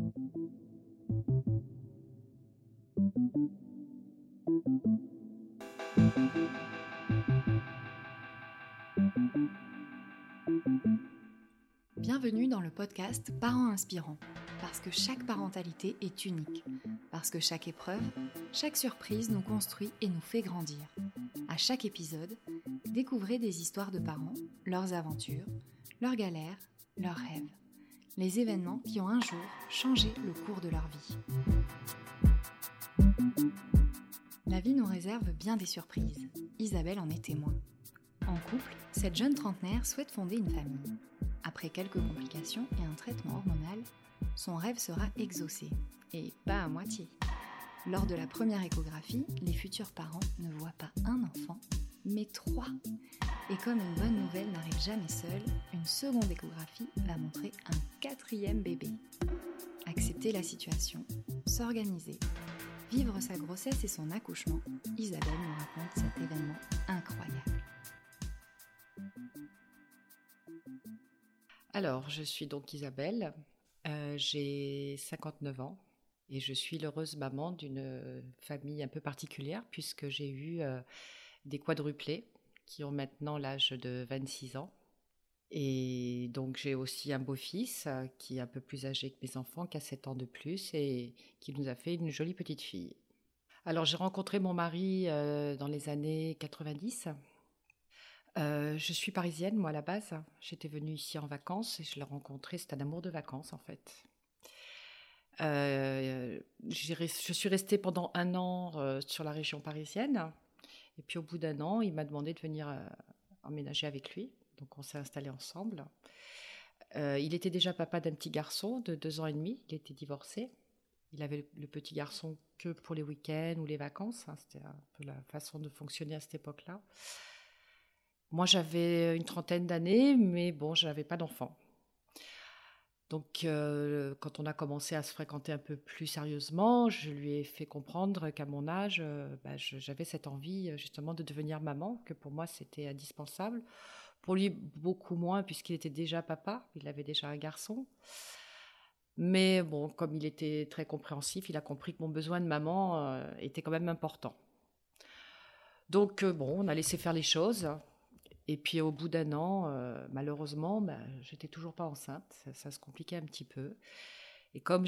Bienvenue dans le podcast Parents Inspirants, parce que chaque parentalité est unique, parce que chaque épreuve, chaque surprise nous construit et nous fait grandir. À chaque épisode, découvrez des histoires de parents, leurs aventures, leurs galères, leurs rêves, les événements qui ont un jour changé le cours de leur vie. La vie nous réserve bien des surprises. Isabelle en est témoin. En couple, cette jeune trentenaire souhaite fonder une famille. Après quelques complications et un traitement hormonal, son rêve sera exaucé, et pas à moitié. Lors de la première échographie, les futurs parents ne voient pas un enfant, mais 3. Et comme une bonne nouvelle n'arrive jamais seule, une seconde échographie va montrer un 4e bébé. Accepter la situation, s'organiser, vivre sa grossesse et son accouchement, Isabelle nous raconte cet événement incroyable. Alors, je suis donc Isabelle, j'ai 59 ans et je suis l'heureuse maman d'une famille un peu particulière puisque j'ai eu des quadruplés qui ont maintenant l'âge de 26 ans. Et donc j'ai aussi un beau-fils qui est un peu plus âgé que mes enfants, qui a 7 ans de plus et qui nous a fait une jolie petite fille. Alors j'ai rencontré mon mari dans les années 90. Je suis parisienne, moi, à la base. J'étais venue ici en vacances et je l'ai rencontré. C'est un amour de vacances, en fait. Je suis restée pendant 1 an sur la région parisienne. Et puis, au bout d'1 an, il m'a demandé de venir emménager avec lui. Donc, on s'est installés ensemble. Il était déjà papa d'un petit garçon de 2 ans et demi. Il était divorcé. Il avait le petit garçon que pour les week-ends ou les vacances. C'était un peu la façon de fonctionner à cette époque-là. Moi, j'avais une trentaine d'années, mais bon, je n'avais pas d'enfant. Donc, quand on a commencé à se fréquenter un peu plus sérieusement, je lui ai fait comprendre qu'à mon âge, j'avais cette envie justement de devenir maman, que pour moi, c'était indispensable. Pour lui, beaucoup moins, puisqu'il était déjà papa, il avait déjà un garçon. Mais bon, comme il était très compréhensif, il a compris que mon besoin de maman était quand même important. Donc, on a laissé faire les choses. Et puis au bout d'1 an, malheureusement, j'étais toujours pas enceinte, ça se compliquait un petit peu. Et comme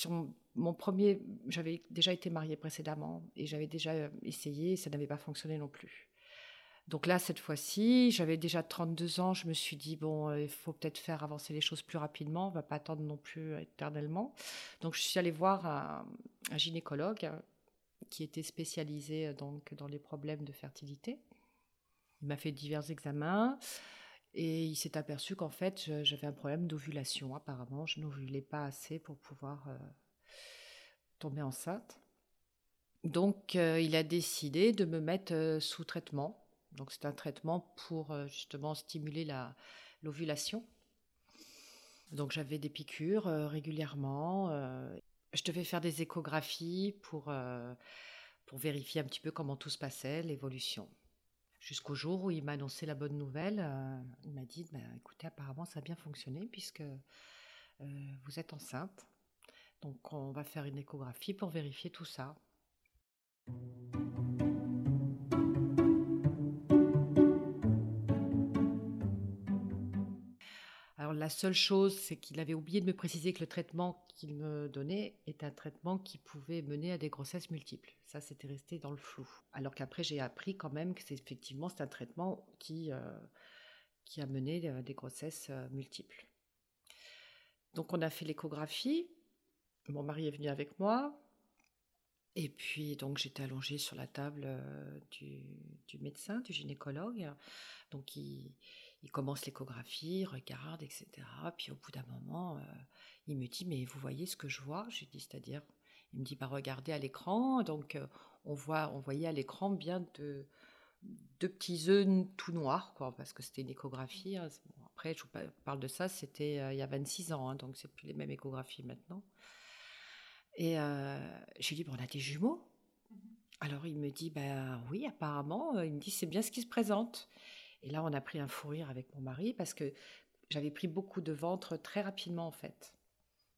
j'avais déjà été mariée précédemment et j'avais déjà essayé, et ça n'avait pas fonctionné non plus. Donc là, cette fois-ci, j'avais déjà 32 ans, je me suis dit, il faut peut-être faire avancer les choses plus rapidement, on ne va pas attendre non plus éternellement. Donc je suis allée voir un gynécologue qui était spécialisé donc, dans les problèmes de fertilité. Il m'a fait divers examens et il s'est aperçu qu'en fait, j'avais un problème d'ovulation. Apparemment, je n'ovulais pas assez pour pouvoir tomber enceinte. Donc, il a décidé de me mettre sous traitement. Donc, c'est un traitement pour justement stimuler l'ovulation. Donc, j'avais des piqûres régulièrement. Je devais faire des échographies pour vérifier un petit peu comment tout se passait, l'évolution. Jusqu'au jour où il m'a annoncé la bonne nouvelle, il m'a dit écoutez, apparemment ça a bien fonctionné puisque vous êtes enceinte. Donc on va faire une échographie pour vérifier tout ça. Alors la seule chose, c'est qu'il avait oublié de me préciser que le traitement qu'il me donnait est un traitement qui pouvait mener à des grossesses multiples. Ça, c'était resté dans le flou. Alors qu'après, j'ai appris quand même que c'est un traitement qui a mené des grossesses multiples. Donc on a fait l'échographie, mon mari est venu avec moi, et puis donc j'étais allongée sur la table du médecin, du gynécologue. Donc il commence l'échographie, il regarde, etc. Puis au bout d'un moment, il me dit, mais vous voyez ce que je vois? J'ai dit, c'est-à-dire? Il me dit, regardez à l'écran. Donc on voyait à l'écran bien deux petits œufs tout noirs, quoi, parce que c'était une échographie. Hein. Bon, après, je vous parle de ça, c'était il y a 26 ans, hein, donc c'est plus les mêmes échographies maintenant. Et j'ai dit, on a des jumeaux? Alors il me dit, oui, apparemment. Il me dit, c'est bien ce qui se présente. Et là, on a pris un fou rire avec mon mari parce que j'avais pris beaucoup de ventre très rapidement, en fait.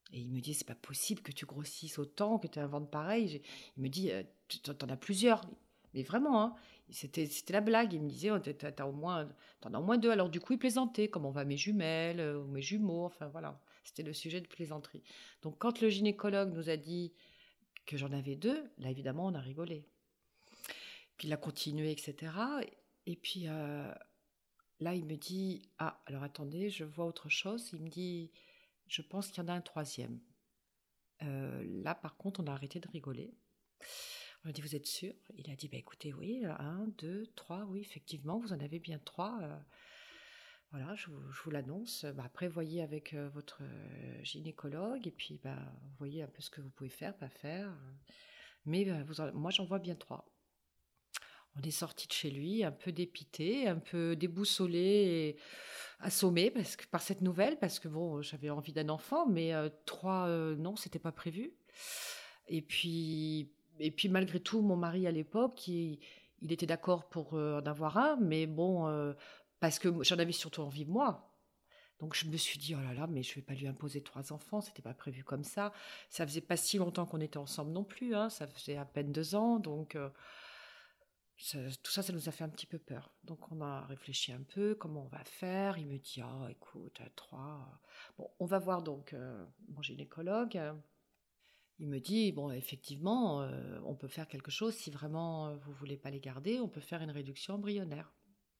Et il me dit, c'est pas possible que tu grossisses autant, que tu aies un ventre pareil. Il me dit, t'en as plusieurs. Mais vraiment, hein, c'était la blague. Il me disait, oh, t'en as au moins deux. Alors du coup, il plaisantait, comment va mes jumelles, ou mes jumeaux, enfin voilà. C'était le sujet de plaisanterie. Donc quand le gynécologue nous a dit que j'en avais deux, là évidemment, on a rigolé. Puis il a continué, etc. Et puis là, il me dit, ah, alors attendez, je vois autre chose. Il me dit, je pense qu'il y en a un troisième. Là, par contre, on a arrêté de rigoler. On a dit, vous êtes sûr? Il a dit, bah, écoutez, oui, un, deux, trois, oui, effectivement, vous en avez bien trois. Voilà, je vous l'annonce. Bah, après, voyez avec votre gynécologue et puis bah, voyez un peu ce que vous pouvez faire, pas faire. Mais moi, j'en vois bien trois. On est sorti de chez lui un peu dépité, un peu déboussolé et assommé par cette nouvelle, parce que bon, j'avais envie d'un enfant, mais trois, non, c'était pas prévu. Et puis, et puis malgré tout, mon mari à l'époque, il était d'accord pour en avoir un, mais bon, parce que j'en avais surtout envie moi. Donc je me suis dit, oh là là, mais je vais pas lui imposer trois enfants, c'était pas prévu comme ça. Ça faisait pas si longtemps qu'on était ensemble non plus, hein, ça faisait à peine 2 ans, donc tout ça, ça nous a fait un petit peu peur. Donc on a réfléchi un peu, comment on va faire. Il me dit, ah écoute, trois. Bon, on va voir donc mon gynécologue. Il me dit, bon, effectivement, on peut faire quelque chose. Si vraiment vous voulez pas les garder, on peut faire une réduction embryonnaire.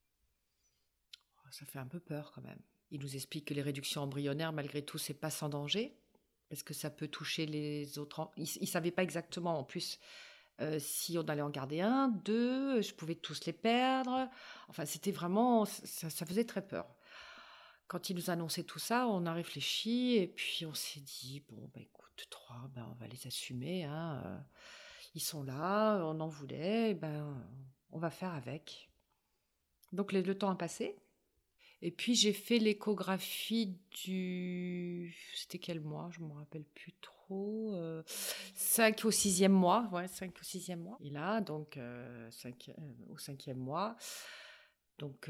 Ça fait un peu peur quand même. Il nous explique que les réductions embryonnaires, malgré tout, c'est pas sans danger, parce que ça peut toucher les autres. Il savait pas exactement, en plus, si on allait en garder un, deux, je pouvais tous les perdre. Enfin, c'était vraiment, ça faisait très peur. Quand il nous a annoncé tout ça, on a réfléchi et puis on s'est dit, bon, bah, écoute, trois, ben, on va les assumer, hein, ils sont là, on en voulait, ben, on va faire avec. Donc le temps a passé. Et puis j'ai fait l'échographie du... C'était quel mois? Je ne me rappelle plus trop. 5 au 6e mois. Ouais, 5 au 6e mois. Et là, donc, au 5e mois, donc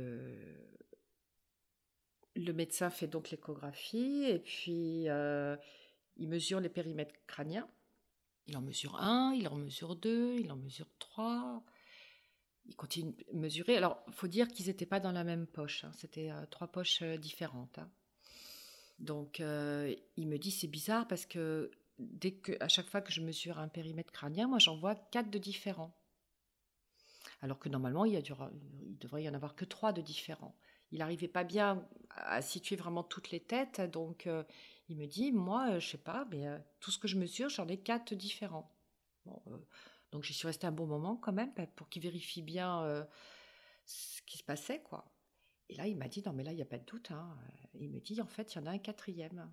le médecin fait donc l'échographie et puis il mesure les périmètres crâniens. Il en mesure un, il en mesure deux, il en mesure trois. Il continue de mesurer. Alors, il faut dire qu'ils n'étaient pas dans la même poche, hein. C'était trois poches différentes, hein. Donc, il me dit, c'est bizarre parce que à chaque fois que je mesure un périmètre crânien, moi, j'en vois 4 de différents. Alors que normalement, il devrait y en avoir que 3 de différents. Il n'arrivait pas bien à situer vraiment toutes les têtes. Donc, il me dit, moi, je sais pas, mais tout ce que je mesure, j'en ai 4 différents. Bon, donc j'y suis restée un bon moment quand même pour qu'il vérifie bien ce qui se passait, quoi. Et là, il m'a dit, non, mais là, il n'y a pas de doute, hein. Il me dit, en fait, il y en a un quatrième.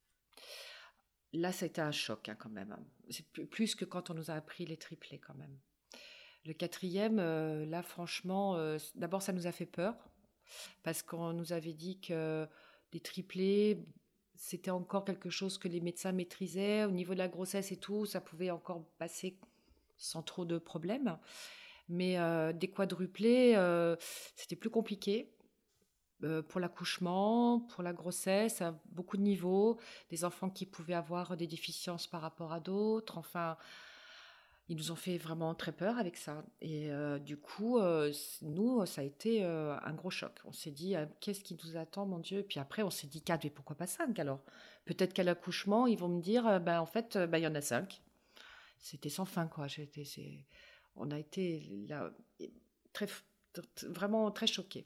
Là, ça a été un choc, hein, quand même. C'est plus que quand on nous a appris les triplés, quand même. Le quatrième, là, franchement, d'abord, ça nous a fait peur, parce qu'on nous avait dit que les triplés, c'était encore quelque chose que les médecins maîtrisaient. Au niveau de la grossesse et tout, ça pouvait encore passer sans trop de problèmes. Mais des quadruplés, c'était plus compliqué. Pour l'accouchement, pour la grossesse, à beaucoup de niveaux, des enfants qui pouvaient avoir des déficiences par rapport à d'autres. Enfin, ils nous ont fait vraiment très peur avec ça. Et du coup, nous, ça a été un gros choc. On s'est dit, qu'est-ce qui nous attend, mon Dieu? Et puis après, on s'est dit, 4, mais pourquoi pas 5 alors? Peut-être qu'à l'accouchement, ils vont me dire, en fait, il y en a 5. C'était sans fin, quoi. On a été là, très, vraiment très choqués.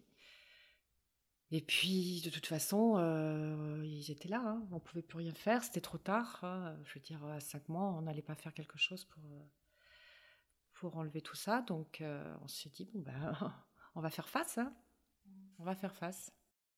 Et puis, de toute façon, ils étaient là, hein. On ne pouvait plus rien faire, c'était trop tard, hein. Je veux dire, à 5 mois, on n'allait pas faire quelque chose pour enlever tout ça. Donc, on s'est dit, bon, ben, on va faire face, hein. On va faire face.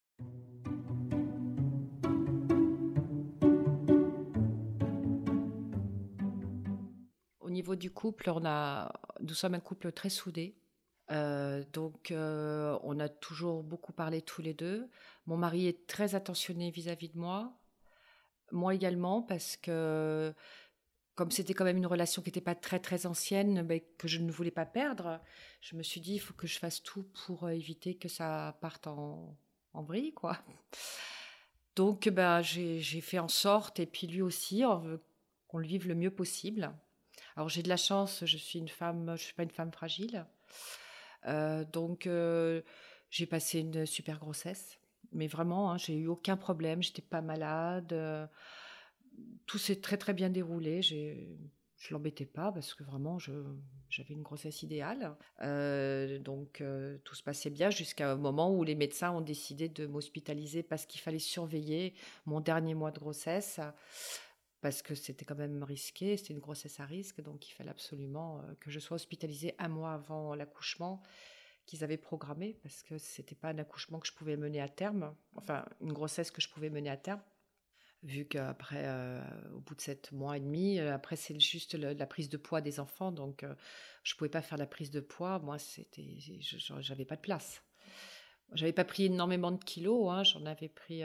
Au niveau du couple, nous sommes un couple très soudé. Donc, on a toujours beaucoup parlé tous les deux. Mon mari est très attentionné vis-à-vis de moi. Moi également, parce que comme c'était quand même une relation qui n'était pas très très ancienne, mais que je ne voulais pas perdre, je me suis dit, il faut que je fasse tout pour éviter que ça parte en vrille, quoi. Donc, bah, j'ai fait en sorte, et puis lui aussi, on veut qu'on le vive le mieux possible. Alors, j'ai de la chance, je suis pas une femme fragile. Donc, j'ai passé une super grossesse. Mais vraiment, hein, j'ai eu aucun problème, j'étais pas malade. Tout s'est très très bien déroulé. Je l'embêtais pas parce que vraiment, j'avais une grossesse idéale. Donc, tout se passait bien jusqu'à un moment où les médecins ont décidé de m'hospitaliser parce qu'il fallait surveiller mon dernier mois de grossesse. Parce que c'était quand même risqué, c'était une grossesse à risque, donc il fallait absolument que je sois hospitalisée un mois avant l'accouchement qu'ils avaient programmé, parce que c'était pas un accouchement que je pouvais mener à terme, enfin une grossesse que je pouvais mener à terme, vu qu'après, au bout de 7 mois et demi, après c'est juste la prise de poids des enfants, donc je pouvais pas faire la prise de poids, moi j'avais pas de place. J'avais pas pris énormément de kilos, hein, j'en avais pris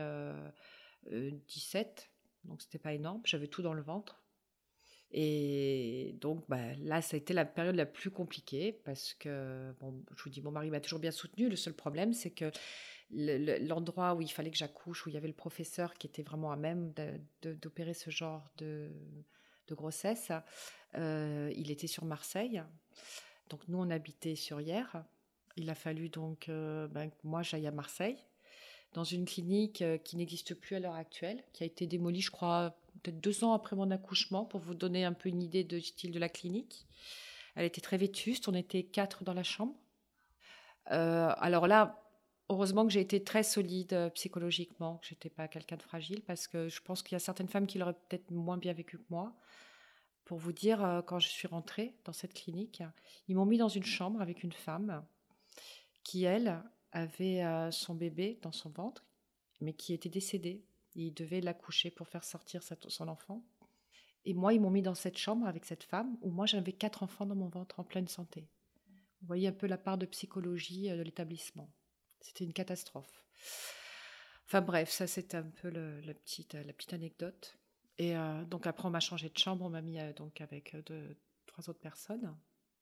17, donc c'était pas énorme, j'avais tout dans le ventre. Et donc, bah, là, ça a été la période la plus compliquée parce que, bon, je vous dis, mon mari m'a toujours bien soutenue. Le seul problème, c'est que l'endroit où il fallait que j'accouche, où il y avait le professeur qui était vraiment à même d'opérer ce genre de grossesse, il était sur Marseille. Donc, nous, on habitait sur Hyères. Il a fallu donc que moi, j'aille à Marseille, dans une clinique qui n'existe plus à l'heure actuelle, qui a été démolie, je crois, peut-être 2 ans après mon accouchement, pour vous donner un peu une idée du style de la clinique. Elle était très vétuste, on était 4 dans la chambre. Alors là, heureusement que j'ai été très solide psychologiquement, que je n'étais pas quelqu'un de fragile, parce que je pense qu'il y a certaines femmes qui l'auraient peut-être moins bien vécu que moi. Pour vous dire, quand je suis rentrée dans cette clinique, ils m'ont mis dans une chambre avec une femme qui, elle, avait son bébé dans son ventre, mais qui était décédé. Et il devait l'accoucher pour faire sortir son enfant. Et moi, ils m'ont mis dans cette chambre avec cette femme, où moi, j'avais 4 enfants dans mon ventre en pleine santé. Vous voyez un peu la part de psychologie de l'établissement. C'était une catastrophe. Enfin bref, ça c'était un peu la petite anecdote. Et donc après, on m'a changé de chambre, on m'a mis donc avec 3 autres personnes.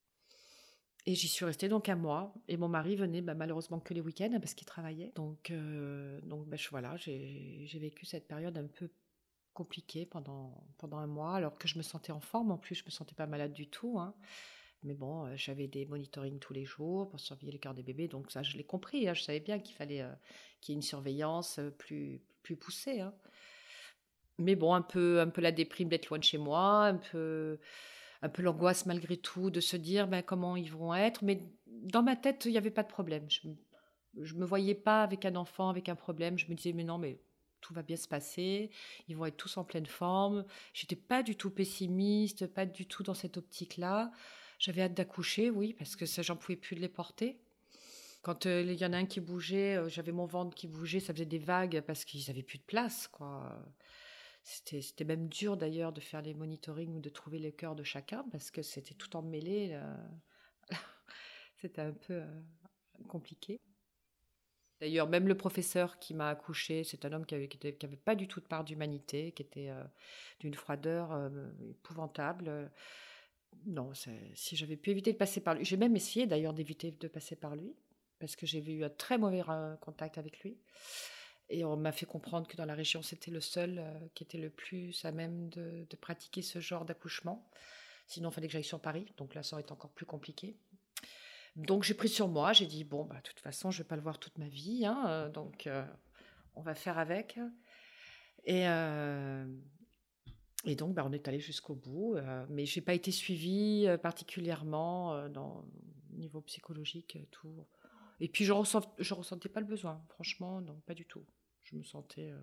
Et j'y suis restée donc un mois. Et mon mari venait malheureusement que les week-ends parce qu'il travaillait. Donc voilà, j'ai vécu cette période un peu compliquée pendant un mois, alors que je me sentais en forme. En plus, je me sentais pas malade du tout, hein. Mais bon, j'avais des monitorings tous les jours pour surveiller le cœur des bébés. Donc ça, je l'ai compris, hein. Je savais bien qu'il fallait qu'il y ait une surveillance plus poussée, hein. Mais bon, un peu la déprime d'être loin de chez moi, un peu l'angoisse malgré tout de se dire comment ils vont être. Mais dans ma tête, il n'y avait pas de problème. Je me voyais pas avec un enfant, avec un problème. Je me disais, mais non, mais tout va bien se passer. Ils vont être tous en pleine forme. J'étais pas du tout pessimiste, pas du tout dans cette optique-là. J'avais hâte d'accoucher, oui, parce que ça, j'en pouvais plus de les porter. Quand il y en a un qui bougeait, j'avais mon ventre qui bougeait, ça faisait des vagues parce qu'ils avaient plus de place, quoi. C'était même dur d'ailleurs de faire les monitorings ou de trouver le cœur de chacun parce que c'était tout emmêlé, là. C'était un peu compliqué. D'ailleurs, même le professeur qui m'a accouchée, c'est un homme qui avait pas du tout de part d'humanité, qui était d'une froideur épouvantable. Non, si j'avais pu éviter de passer par lui, j'ai même essayé d'ailleurs d'éviter de passer par lui, parce que j'ai eu un très mauvais contact avec lui. Et on m'a fait comprendre que dans la région, c'était le seul qui était le plus à même de pratiquer ce genre d'accouchement. Sinon, il fallait que j'aille sur Paris, donc là, ça aurait été encore plus compliqué. Donc j'ai pris sur moi, j'ai dit, bon, de toute façon, je ne vais pas le voir toute ma vie, hein, donc on va faire avec. Et, euh, et donc, on est allé jusqu'au bout, mais je n'ai pas été suivie particulièrement au niveau psychologique, tout. Et puis je ressentais pas le besoin, franchement, non, pas du tout. Je me sentais...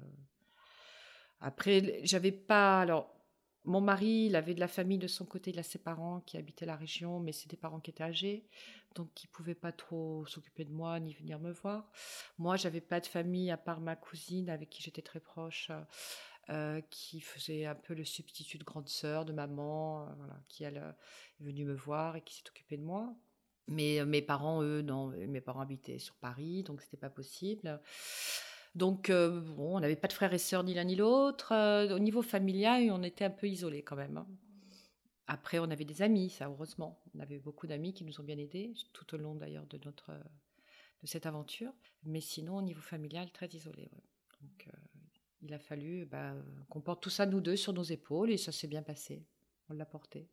Après, j'avais pas... Alors, mon mari, il avait de la famille de son côté, il a ses parents qui habitaient la région, mais c'est des parents qui étaient âgés, donc qui ne pouvaient pas trop s'occuper de moi ni venir me voir. Moi, j'avais pas de famille à part ma cousine avec qui j'étais très proche, qui faisait un peu le substitut de grande sœur, de maman, voilà, qui elle, est venue me voir et qui s'est occupée de moi. Mais mes parents, eux, non, mes parents habitaient sur Paris, donc c'était pas possible. Donc, bon, on n'avait pas de frères et sœurs ni l'un ni l'autre. Au niveau familial, on était un peu isolés quand même, hein. Après, on avait des amis, ça, heureusement. On avait beaucoup d'amis qui nous ont bien aidés, tout au long d'ailleurs de cette aventure. Mais sinon, au niveau familial, très isolé, ouais. Donc, Il a fallu qu'on porte tout ça, nous deux, sur nos épaules, et ça s'est bien passé. On l'a porté.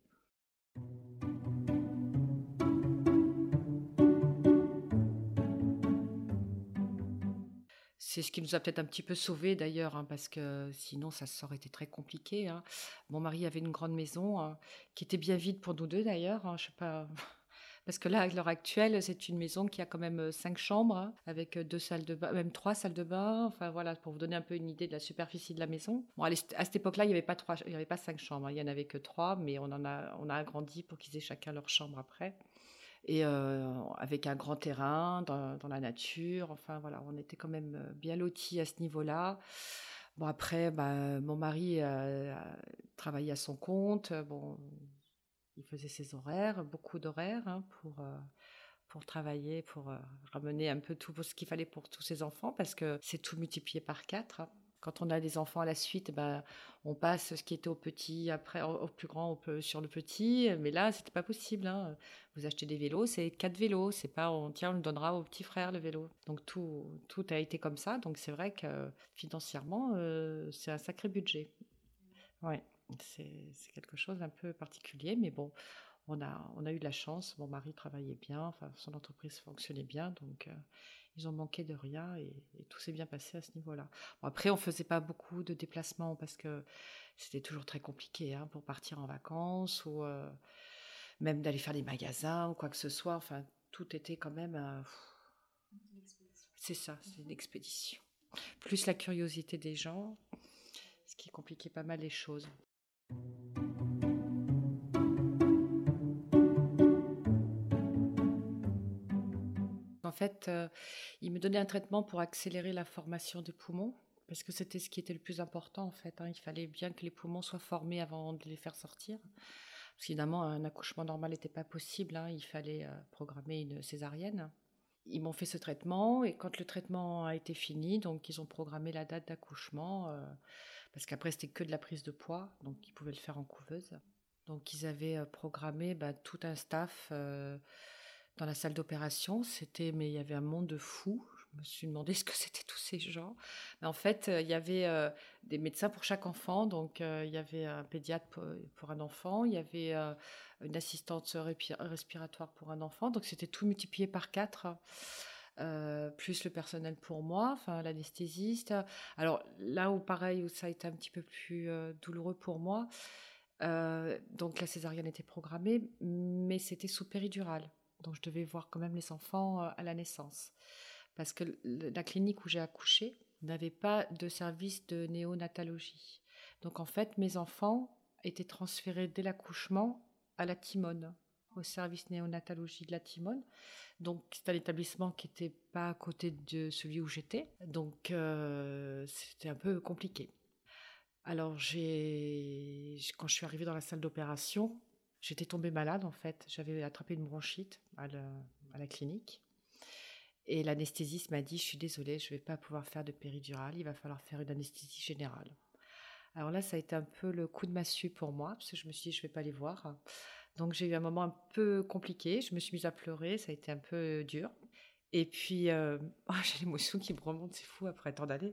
C'est ce qui nous a peut-être un petit peu sauvés d'ailleurs, parce que sinon ça aurait été très compliqué. Mon mari avait une grande maison qui était bien vide pour nous deux d'ailleurs. Je sais pas, parce que là, à l'heure actuelle, c'est une maison qui a quand même 5 chambres, avec 2 salles de bain, même 3 salles de bain. Enfin voilà, pour vous donner un peu une idée de la superficie de la maison. Bon, à cette époque-là, il n'y avait pas il y avait pas 5 chambres, il y en avait que 3, mais on a agrandi pour qu'ils aient chacun leur chambre après. Et avec un grand terrain dans la nature. Enfin voilà, on était quand même bien lotis à ce niveau-là. Bon après, mon mari travaillait à son compte. Bon, il faisait ses horaires, beaucoup d'horaires, pour travailler, pour ramener un peu tout ce qu'il fallait pour tous ses enfants, parce que c'est tout multiplié par 4. Quand on a des enfants à la suite, on passe ce qui était au petit, après au plus grand, sur le petit. Mais là, c'était pas possible. Vous achetez des vélos, c'est 4 vélos. C'est pas, on le donnera au petit frère, le vélo. Donc tout a été comme ça. Donc c'est vrai que financièrement, c'est un sacré budget. Ouais, c'est quelque chose d'un peu particulier. Mais bon, on a eu de la chance. Mon mari travaillait bien. Enfin, son entreprise fonctionnait bien. Donc ils ont manqué de rien, et tout s'est bien passé à ce niveau-là. Bon, après, on faisait pas beaucoup de déplacements parce que c'était toujours très compliqué, pour partir en vacances, ou même d'aller faire des magasins ou quoi que ce soit. Enfin, tout était quand même... c'est ça, c'est une expédition. Plus la curiosité des gens, ce qui compliquait pas mal les choses. En fait, il me donnait un traitement pour accélérer la formation des poumons, parce que c'était ce qui était le plus important en fait. Il fallait bien que les poumons soient formés avant de les faire sortir. Parce qu'évidemment, un accouchement normal n'était pas possible. Il fallait programmer une césarienne. Ils m'ont fait ce traitement, et quand le traitement a été fini, donc ils ont programmé la date d'accouchement, parce qu'après c'était que de la prise de poids, donc ils pouvaient le faire en couveuse. Donc ils avaient programmé tout un staff dans la salle d'opération. Mais il y avait un monde de fous. Je me suis demandé ce que c'était tous ces gens. Mais en fait, il y avait des médecins pour chaque enfant. Donc il y avait un pédiatre pour un enfant, il y avait une assistante respiratoire pour un enfant. Donc c'était tout multiplié par 4. Plus le personnel pour moi, enfin l'anesthésiste. Alors là où pareil, où ça a été un petit peu plus douloureux pour moi, donc la césarienne était programmée, mais c'était sous péridurale. Donc je devais voir quand même les enfants à la naissance. Parce que la clinique où j'ai accouché n'avait pas de service de néonatologie. Donc en fait, mes enfants étaient transférés dès l'accouchement à la Timone, au service néonatologie de la Timone. Donc c'est un établissement qui n'était pas à côté de celui où j'étais. Donc c'était un peu compliqué. Alors quand je suis arrivée dans la salle d'opération, j'étais tombée malade en fait. J'avais attrapé une bronchite à la clinique. Et l'anesthésiste m'a dit, je suis désolée, je ne vais pas pouvoir faire de péridurale, il va falloir faire une anesthésie générale. Alors là, ça a été un peu le coup de massue pour moi, parce que je me suis dit, je ne vais pas les voir. Donc j'ai eu un moment un peu compliqué, je me suis mise à pleurer, ça a été un peu dur. Et puis, j'ai l'émotion qui me remonte, c'est fou après tant d'années.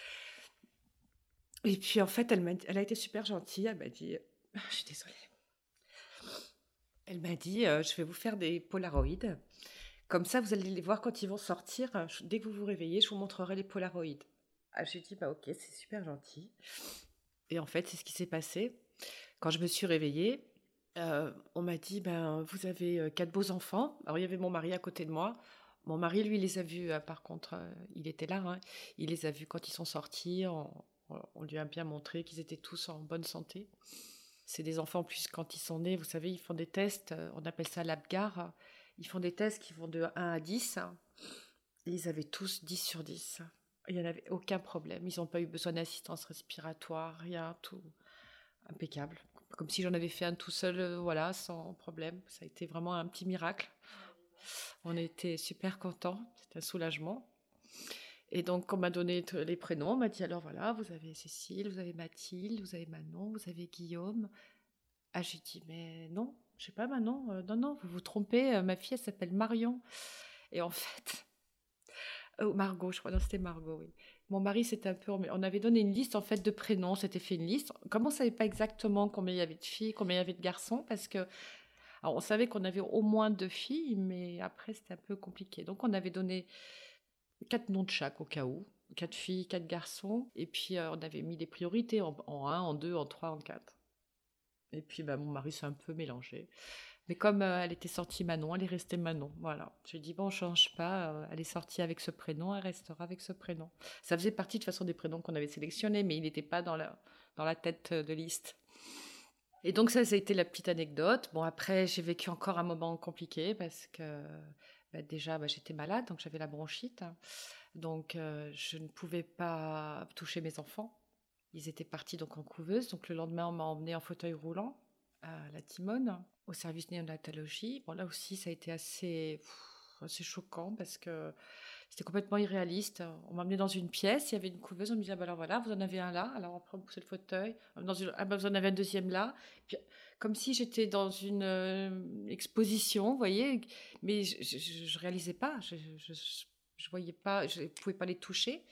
Et puis en fait, elle a été super gentille, elle m'a dit, je suis désolée. Elle m'a dit, je vais vous faire des polaroïdes. Comme ça, vous allez les voir quand ils vont sortir. Dès que vous vous réveillez, je vous montrerai les polaroïdes. J'ai dit, ok, c'est super gentil. Et en fait, c'est ce qui s'est passé. Quand je me suis réveillée, on m'a dit, vous avez 4 beaux enfants. Alors, il y avait mon mari à côté de moi. Mon mari, lui, les a vus, par contre, il était là. Il les a vus quand ils sont sortis. On lui a bien montré qu'ils étaient tous en bonne santé. C'est des enfants, en plus, quand ils sont nés, vous savez, ils font des tests. On appelle ça l'APGAR. Ils font des tests qui vont de 1 à 10. Et ils avaient tous 10 sur 10. Il n'y en avait aucun problème. Ils n'ont pas eu besoin d'assistance respiratoire, rien, tout impeccable. Comme si j'en avais fait un tout seul, voilà, sans problème. Ça a été vraiment un petit miracle. On était super contents. C'était un soulagement. Et donc, on m'a donné les prénoms. On m'a dit, alors voilà, vous avez Cécile, vous avez Mathilde, vous avez Manon, vous avez Guillaume. J'ai dit, mais non, je sais pas Manon. Non, vous vous trompez. Ma fille, elle s'appelle Marion. Et en fait... Margot, je crois. Non, c'était Margot, oui. Mon mari, c'était un peu... On avait donné une liste, en fait, de prénoms. On s'était fait une liste. Comme on ne savait pas exactement combien il y avait de filles, combien il y avait de garçons, parce que... Alors, on savait qu'on avait au moins 2 filles, mais après, c'était un peu compliqué. Donc, on avait donné 4 noms de chaque, au cas où. 4 filles, 4 garçons. Et puis, on avait mis des priorités en 1, en 2, en 3, en 4. Et puis, mon mari s'est un peu mélangé. Mais comme elle était sortie Manon, elle est restée Manon. Voilà. J'ai dit, bon, on ne change pas. Elle est sortie avec ce prénom, elle restera avec ce prénom. Ça faisait partie de toute façon des prénoms qu'on avait sélectionnés, mais il n'était pas dans la tête de liste. Et donc ça a été la petite anecdote. Bon, après, j'ai vécu encore un moment compliqué parce que déjà, j'étais malade, donc j'avais la bronchite. Donc je ne pouvais pas toucher mes enfants. Ils étaient partis donc en couveuse. Donc le lendemain, on m'a emmenée en fauteuil roulant à la Timone, au service néonatologie. Bon, là aussi, ça a été assez choquant parce que c'était complètement irréaliste. On m'a emmenée dans une pièce, il y avait une couveuse, on me disait, alors voilà, vous en avez un là, alors après on poussait le fauteuil, vous en avez un deuxième là. Puis, comme si j'étais dans une exposition, vous voyez, mais je réalisais pas, je voyais pas, je pouvais pas les toucher.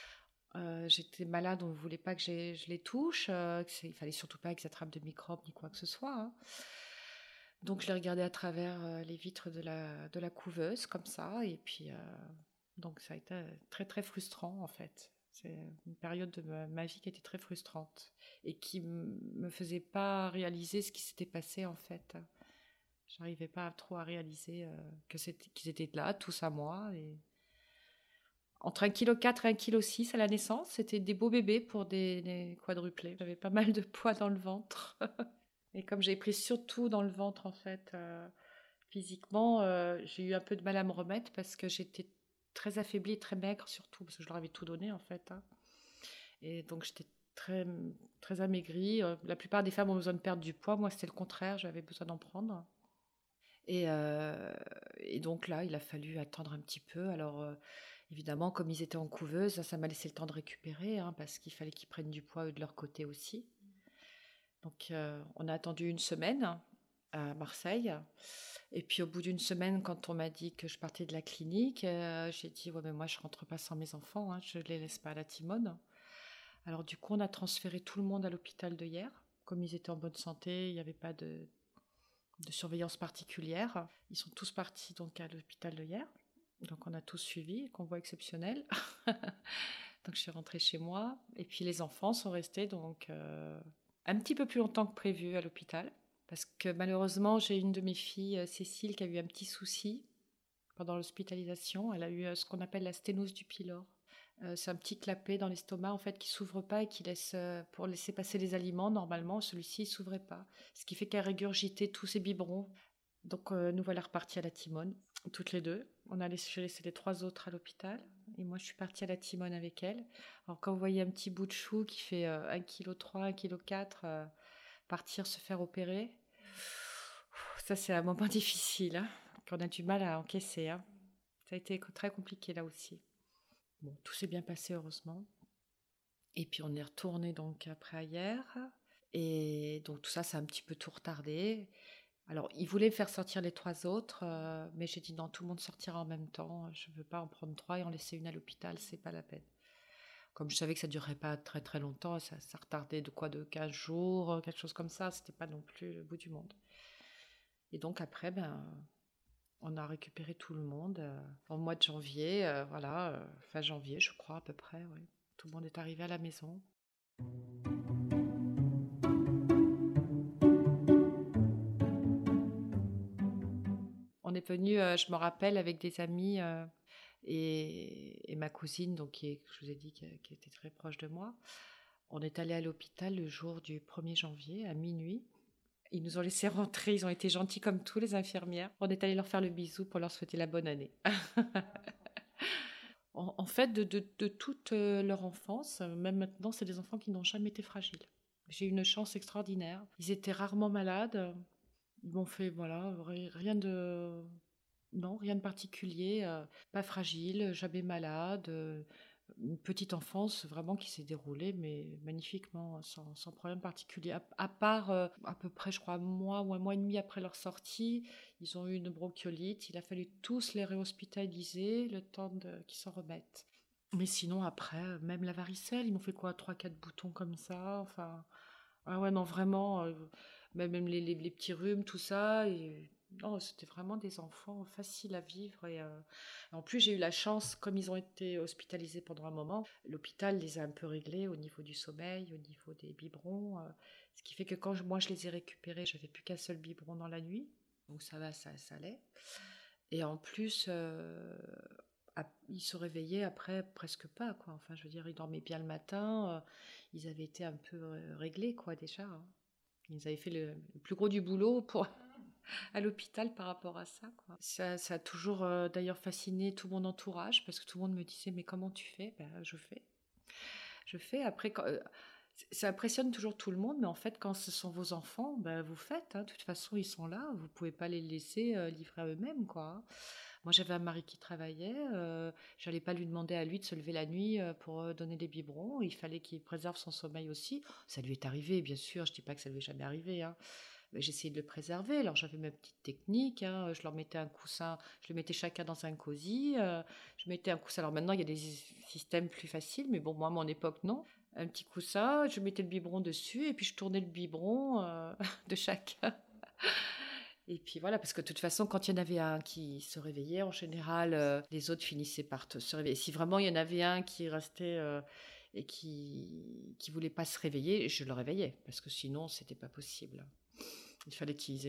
J'étais malade, on ne voulait pas que je les touche. Il fallait surtout pas qu'ils attrapent de microbes ni quoi que ce soit. Hein. Donc je les regardais à travers les vitres de la couveuse, comme ça. Et puis, donc ça a été très très frustrant en fait. C'est une période de ma vie qui était très frustrante et qui me faisait pas réaliser ce qui s'était passé en fait. J'arrivais pas trop à réaliser qu'ils étaient là, tous à moi. Et entre 1,4 kg et 1,6 kg à la naissance, c'était des beaux bébés pour des quadruplés. J'avais pas mal de poids dans le ventre. Et comme j'ai pris surtout dans le ventre, en fait, physiquement, j'ai eu un peu de mal à me remettre parce que j'étais très affaiblie et très maigre, surtout parce que je leur avais tout donné, en fait. Hein. Et donc, j'étais très, très amaigrie. La plupart des femmes ont besoin de perdre du poids. Moi, c'était le contraire, j'avais besoin d'en prendre. Et donc là, il a fallu attendre un petit peu. Alors, évidemment, comme ils étaient en couveuse, ça m'a laissé le temps de récupérer, hein, parce qu'il fallait qu'ils prennent du poids eux, de leur côté aussi. Donc, on a attendu une semaine à Marseille. Et puis, au bout d'une semaine, quand on m'a dit que je partais de la clinique, j'ai dit, ouais, mais moi, je rentre pas sans mes enfants, hein, je les laisse pas à la Timone. Alors, du coup, on a transféré tout le monde à l'hôpital de Hyères. Comme ils étaient en bonne santé, il n'y avait pas de surveillance particulière. Ils sont tous partis donc à l'hôpital de Hyères. Donc, on a tous suivi, convoi exceptionnel. Donc, je suis rentrée chez moi. Et puis, les enfants sont restés donc un petit peu plus longtemps que prévu à l'hôpital. Parce que malheureusement, j'ai une de mes filles, Cécile, qui a eu un petit souci pendant l'hospitalisation. Elle a eu ce qu'on appelle la sténose du pylore. C'est un petit clapet dans l'estomac en fait qui s'ouvre pas et qui laisse pour laisser passer les aliments. Normalement, celui-ci ne s'ouvrait pas, ce qui fait qu'elle régurgitait tous ses biberons. Donc nous voilà repartis à la Timone, toutes les deux. J'ai laissé les 3 autres à l'hôpital et moi je suis partie à la Timone avec elle. Alors quand vous voyez un petit bout de chou qui fait 1,3 kg, 1,4 kg partir se faire opérer, ça c'est un moment difficile, hein, qu'on a du mal à encaisser. Hein. Ça a été très compliqué là aussi. Bon, tout s'est bien passé heureusement. Et puis on est retourné donc après hier. Et donc tout ça, ça a un petit peu tout retardé. Alors, ils voulaient faire sortir les 3 autres, mais j'ai dit non, tout le monde sortira en même temps. Je ne veux pas en prendre 3 et en laisser une à l'hôpital, c'est pas la peine. Comme je savais que ça ne durerait pas très très longtemps, ça retardait de 15 jours, quelque chose comme ça, c'était pas non plus le bout du monde. Et donc après, on a récupéré tout le monde en mois de janvier, fin janvier je crois à peu près, oui. Tout le monde est arrivé à la maison. On est venu, je me rappelle, avec des amis et ma cousine, donc je vous ai dit, qui était très proche de moi. On est allé à l'hôpital le jour du 1er janvier à minuit. Ils nous ont laissé rentrer, ils ont été gentils comme tous les infirmières. On est allé leur faire le bisou pour leur souhaiter la bonne année. En fait, de toute leur enfance, même maintenant, c'est des enfants qui n'ont jamais été fragiles. J'ai eu une chance extraordinaire. Ils étaient rarement malades. Ils m'ont fait, voilà, rien de particulier. Pas fragile, jamais malade. Une petite enfance vraiment qui s'est déroulée, mais magnifiquement, sans problème particulier. À part, à peu près, je crois, un mois ou un mois et demi après leur sortie, ils ont eu une bronchiolite. Il a fallu tous les réhospitaliser le temps qu'ils s'en remettent. Mais sinon, après, même la varicelle, ils m'ont fait quoi? Trois, quatre boutons comme ça. Enfin, ah ouais, non, vraiment, même les petits rhumes, tout ça. Et non, c'était vraiment des enfants faciles à vivre. Et en plus, j'ai eu la chance, comme ils ont été hospitalisés pendant un moment, l'hôpital les a un peu réglés au niveau du sommeil, au niveau des biberons. Ce qui fait que quand moi je les ai récupérés, j'avais plus qu'un seul biberon dans la nuit. Donc ça va, ça allait. Et en plus, ils se réveillaient après presque pas, quoi. Enfin, je veux dire, ils dormaient bien le matin. Ils avaient été un peu réglés, quoi, déjà, hein. Ils avaient fait le plus gros du boulot pour à l'hôpital par rapport à ça, quoi. Ça a toujours d'ailleurs fasciné tout mon entourage parce que tout le monde me disait mais comment tu fais? Ben, je fais. Je fais. Après, ça impressionne toujours tout le monde, mais en fait, quand ce sont vos enfants, ben, vous faites, hein. De toute façon, ils sont là. Vous pouvez pas les laisser livrer à eux-mêmes, quoi, hein. Moi, j'avais un mari qui travaillait. J'allais pas lui demander à lui de se lever la nuit pour donner des biberons. Il fallait qu'il préserve son sommeil aussi. Ça lui est arrivé, bien sûr. Je dis pas que ça lui est jamais arrivé, hein. Mais j'essayais de le préserver. Alors, j'avais ma petite technique, hein. Je leur mettais un coussin. Je le mettais chacun dans un cosy. Je mettais un coussin. Alors maintenant, il y a des systèmes plus faciles, mais bon, moi, à mon époque, non. Un petit coussin, je mettais le biberon dessus et puis je tournais le biberon de chacun. Et puis voilà, parce que de toute façon, quand il y en avait un qui se réveillait, en général, les autres finissaient par se réveiller. Si vraiment il y en avait un qui restait et qui voulait pas se réveiller, je le réveillais, parce que sinon, c'était pas possible. Il fallait qu'ils aient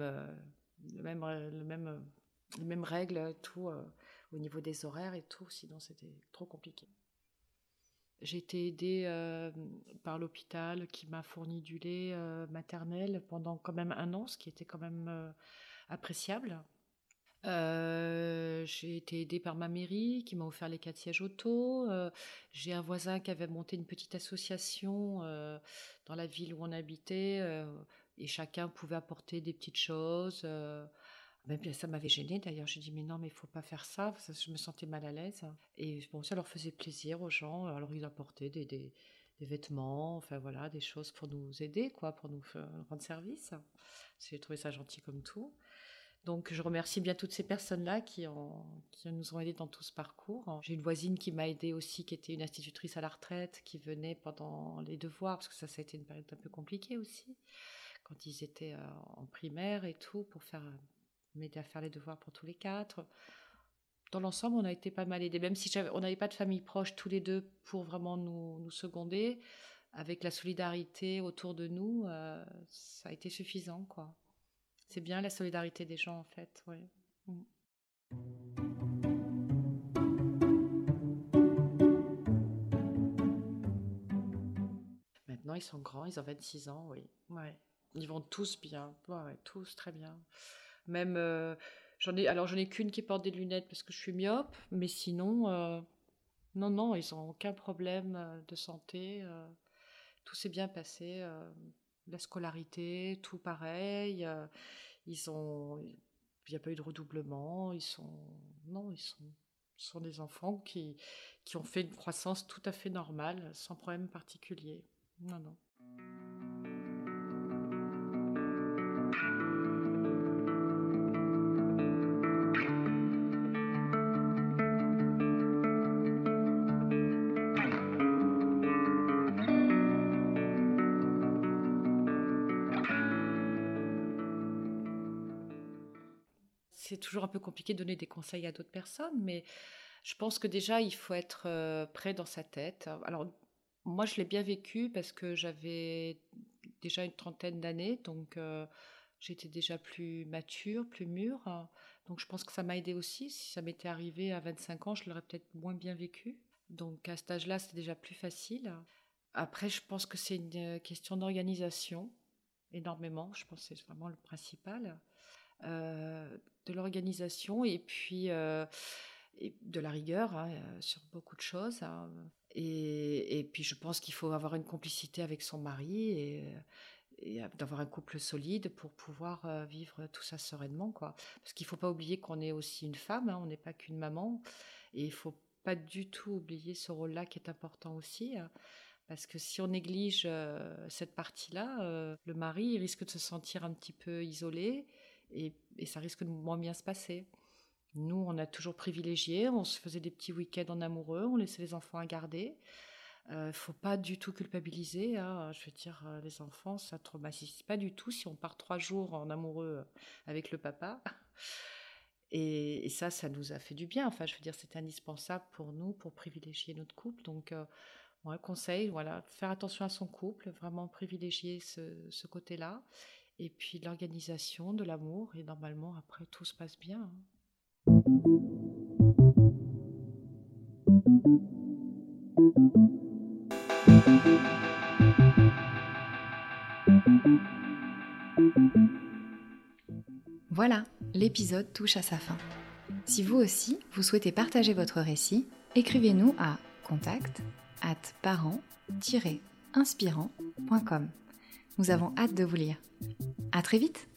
les mêmes règles, tout, au niveau des horaires et tout, sinon c'était trop compliqué. J'ai été aidée par l'hôpital qui m'a fourni du lait maternel pendant quand même un an, ce qui était quand même appréciable. J'ai été aidée par ma mairie qui m'a offert les 4 sièges auto. J'ai un voisin qui avait monté une petite association dans la ville où on habitait et chacun pouvait apporter des petites choses. Même ça m'avait gênée d'ailleurs. J'ai dit mais non mais il faut pas faire ça. Je me sentais mal à l'aise. Et bon ça leur faisait plaisir aux gens. Alors ils apportaient des vêtements, enfin voilà, des choses pour nous aider quoi, pour nous rendre service. J'ai trouvé ça gentil comme tout. Donc je remercie bien toutes ces personnes-là qui nous ont aidés dans tout ce parcours. J'ai une voisine qui m'a aidée aussi, qui était une institutrice à la retraite, qui venait pendant les devoirs, parce que ça a été une période un peu compliquée aussi, quand ils étaient en primaire et tout, pour m'aider à faire les devoirs pour tous les quatre. Dans l'ensemble, on a été pas mal aidés, même si on n'avait pas de famille proche tous les deux pour vraiment nous seconder. Avec la solidarité autour de nous, ça a été suffisant, quoi. C'est bien la solidarité des gens, en fait, ouais. Mm. Maintenant, ils sont grands, ils ont 26 ans, oui. Ouais. Ils vont tous bien, ouais, ouais, tous très bien. Même, j'en ai qu'une qui porte des lunettes parce que je suis myope, mais sinon, non, non, ils n'ont aucun problème de santé. Tout s'est bien passé. La scolarité, tout pareil. Il n'y a pas eu de redoublement. Non, ce sont des enfants qui ont fait une croissance tout à fait normale, sans problème particulier. Non, non. C'est toujours un peu compliqué de donner des conseils à d'autres personnes, mais je pense que déjà, il faut être prêt dans sa tête. Alors, moi, je l'ai bien vécu parce que j'avais déjà une trentaine d'années, donc j'étais déjà plus mature, plus mûre. Donc, je pense que ça m'a aidé aussi. Si ça m'était arrivé à 25 ans, je l'aurais peut-être moins bien vécu. Donc, à cet âge-là, c'était déjà plus facile. Après, je pense que c'est une question d'organisation, énormément. Je pense que c'est vraiment le principal. De l'organisation et puis et de la rigueur hein, sur beaucoup de choses, hein. Et puis je pense qu'il faut avoir une complicité avec son mari et d'avoir un couple solide pour pouvoir vivre tout ça sereinement, quoi. Parce qu'il ne faut pas oublier qu'on est aussi une femme, hein, on n'est pas qu'une maman. Et il ne faut pas du tout oublier ce rôle-là qui est important aussi, hein. Parce que si on néglige cette partie-là, le mari il risque de se sentir un petit peu isolé et ça risque de moins bien se passer. Nous, on a toujours privilégié, on se faisait des petits week-ends en amoureux, on laissait les enfants à garder. Faut pas du tout culpabiliser, hein. Je veux dire, les enfants, ça traumatise pas du tout si on part 3 jours en amoureux avec le papa. Et ça nous a fait du bien. Enfin, je veux dire, c'était indispensable pour nous, pour privilégier notre couple. Donc, ouais, conseil, voilà, faire attention à son couple, vraiment privilégier ce côté-là. Et puis l'organisation, de l'amour. Et normalement, après, tout se passe bien, hein. Voilà, l'épisode touche à sa fin. Si vous aussi, vous souhaitez partager votre récit, écrivez-nous à contact@parents-inspirants.com. Nous avons hâte de vous lire. À très vite!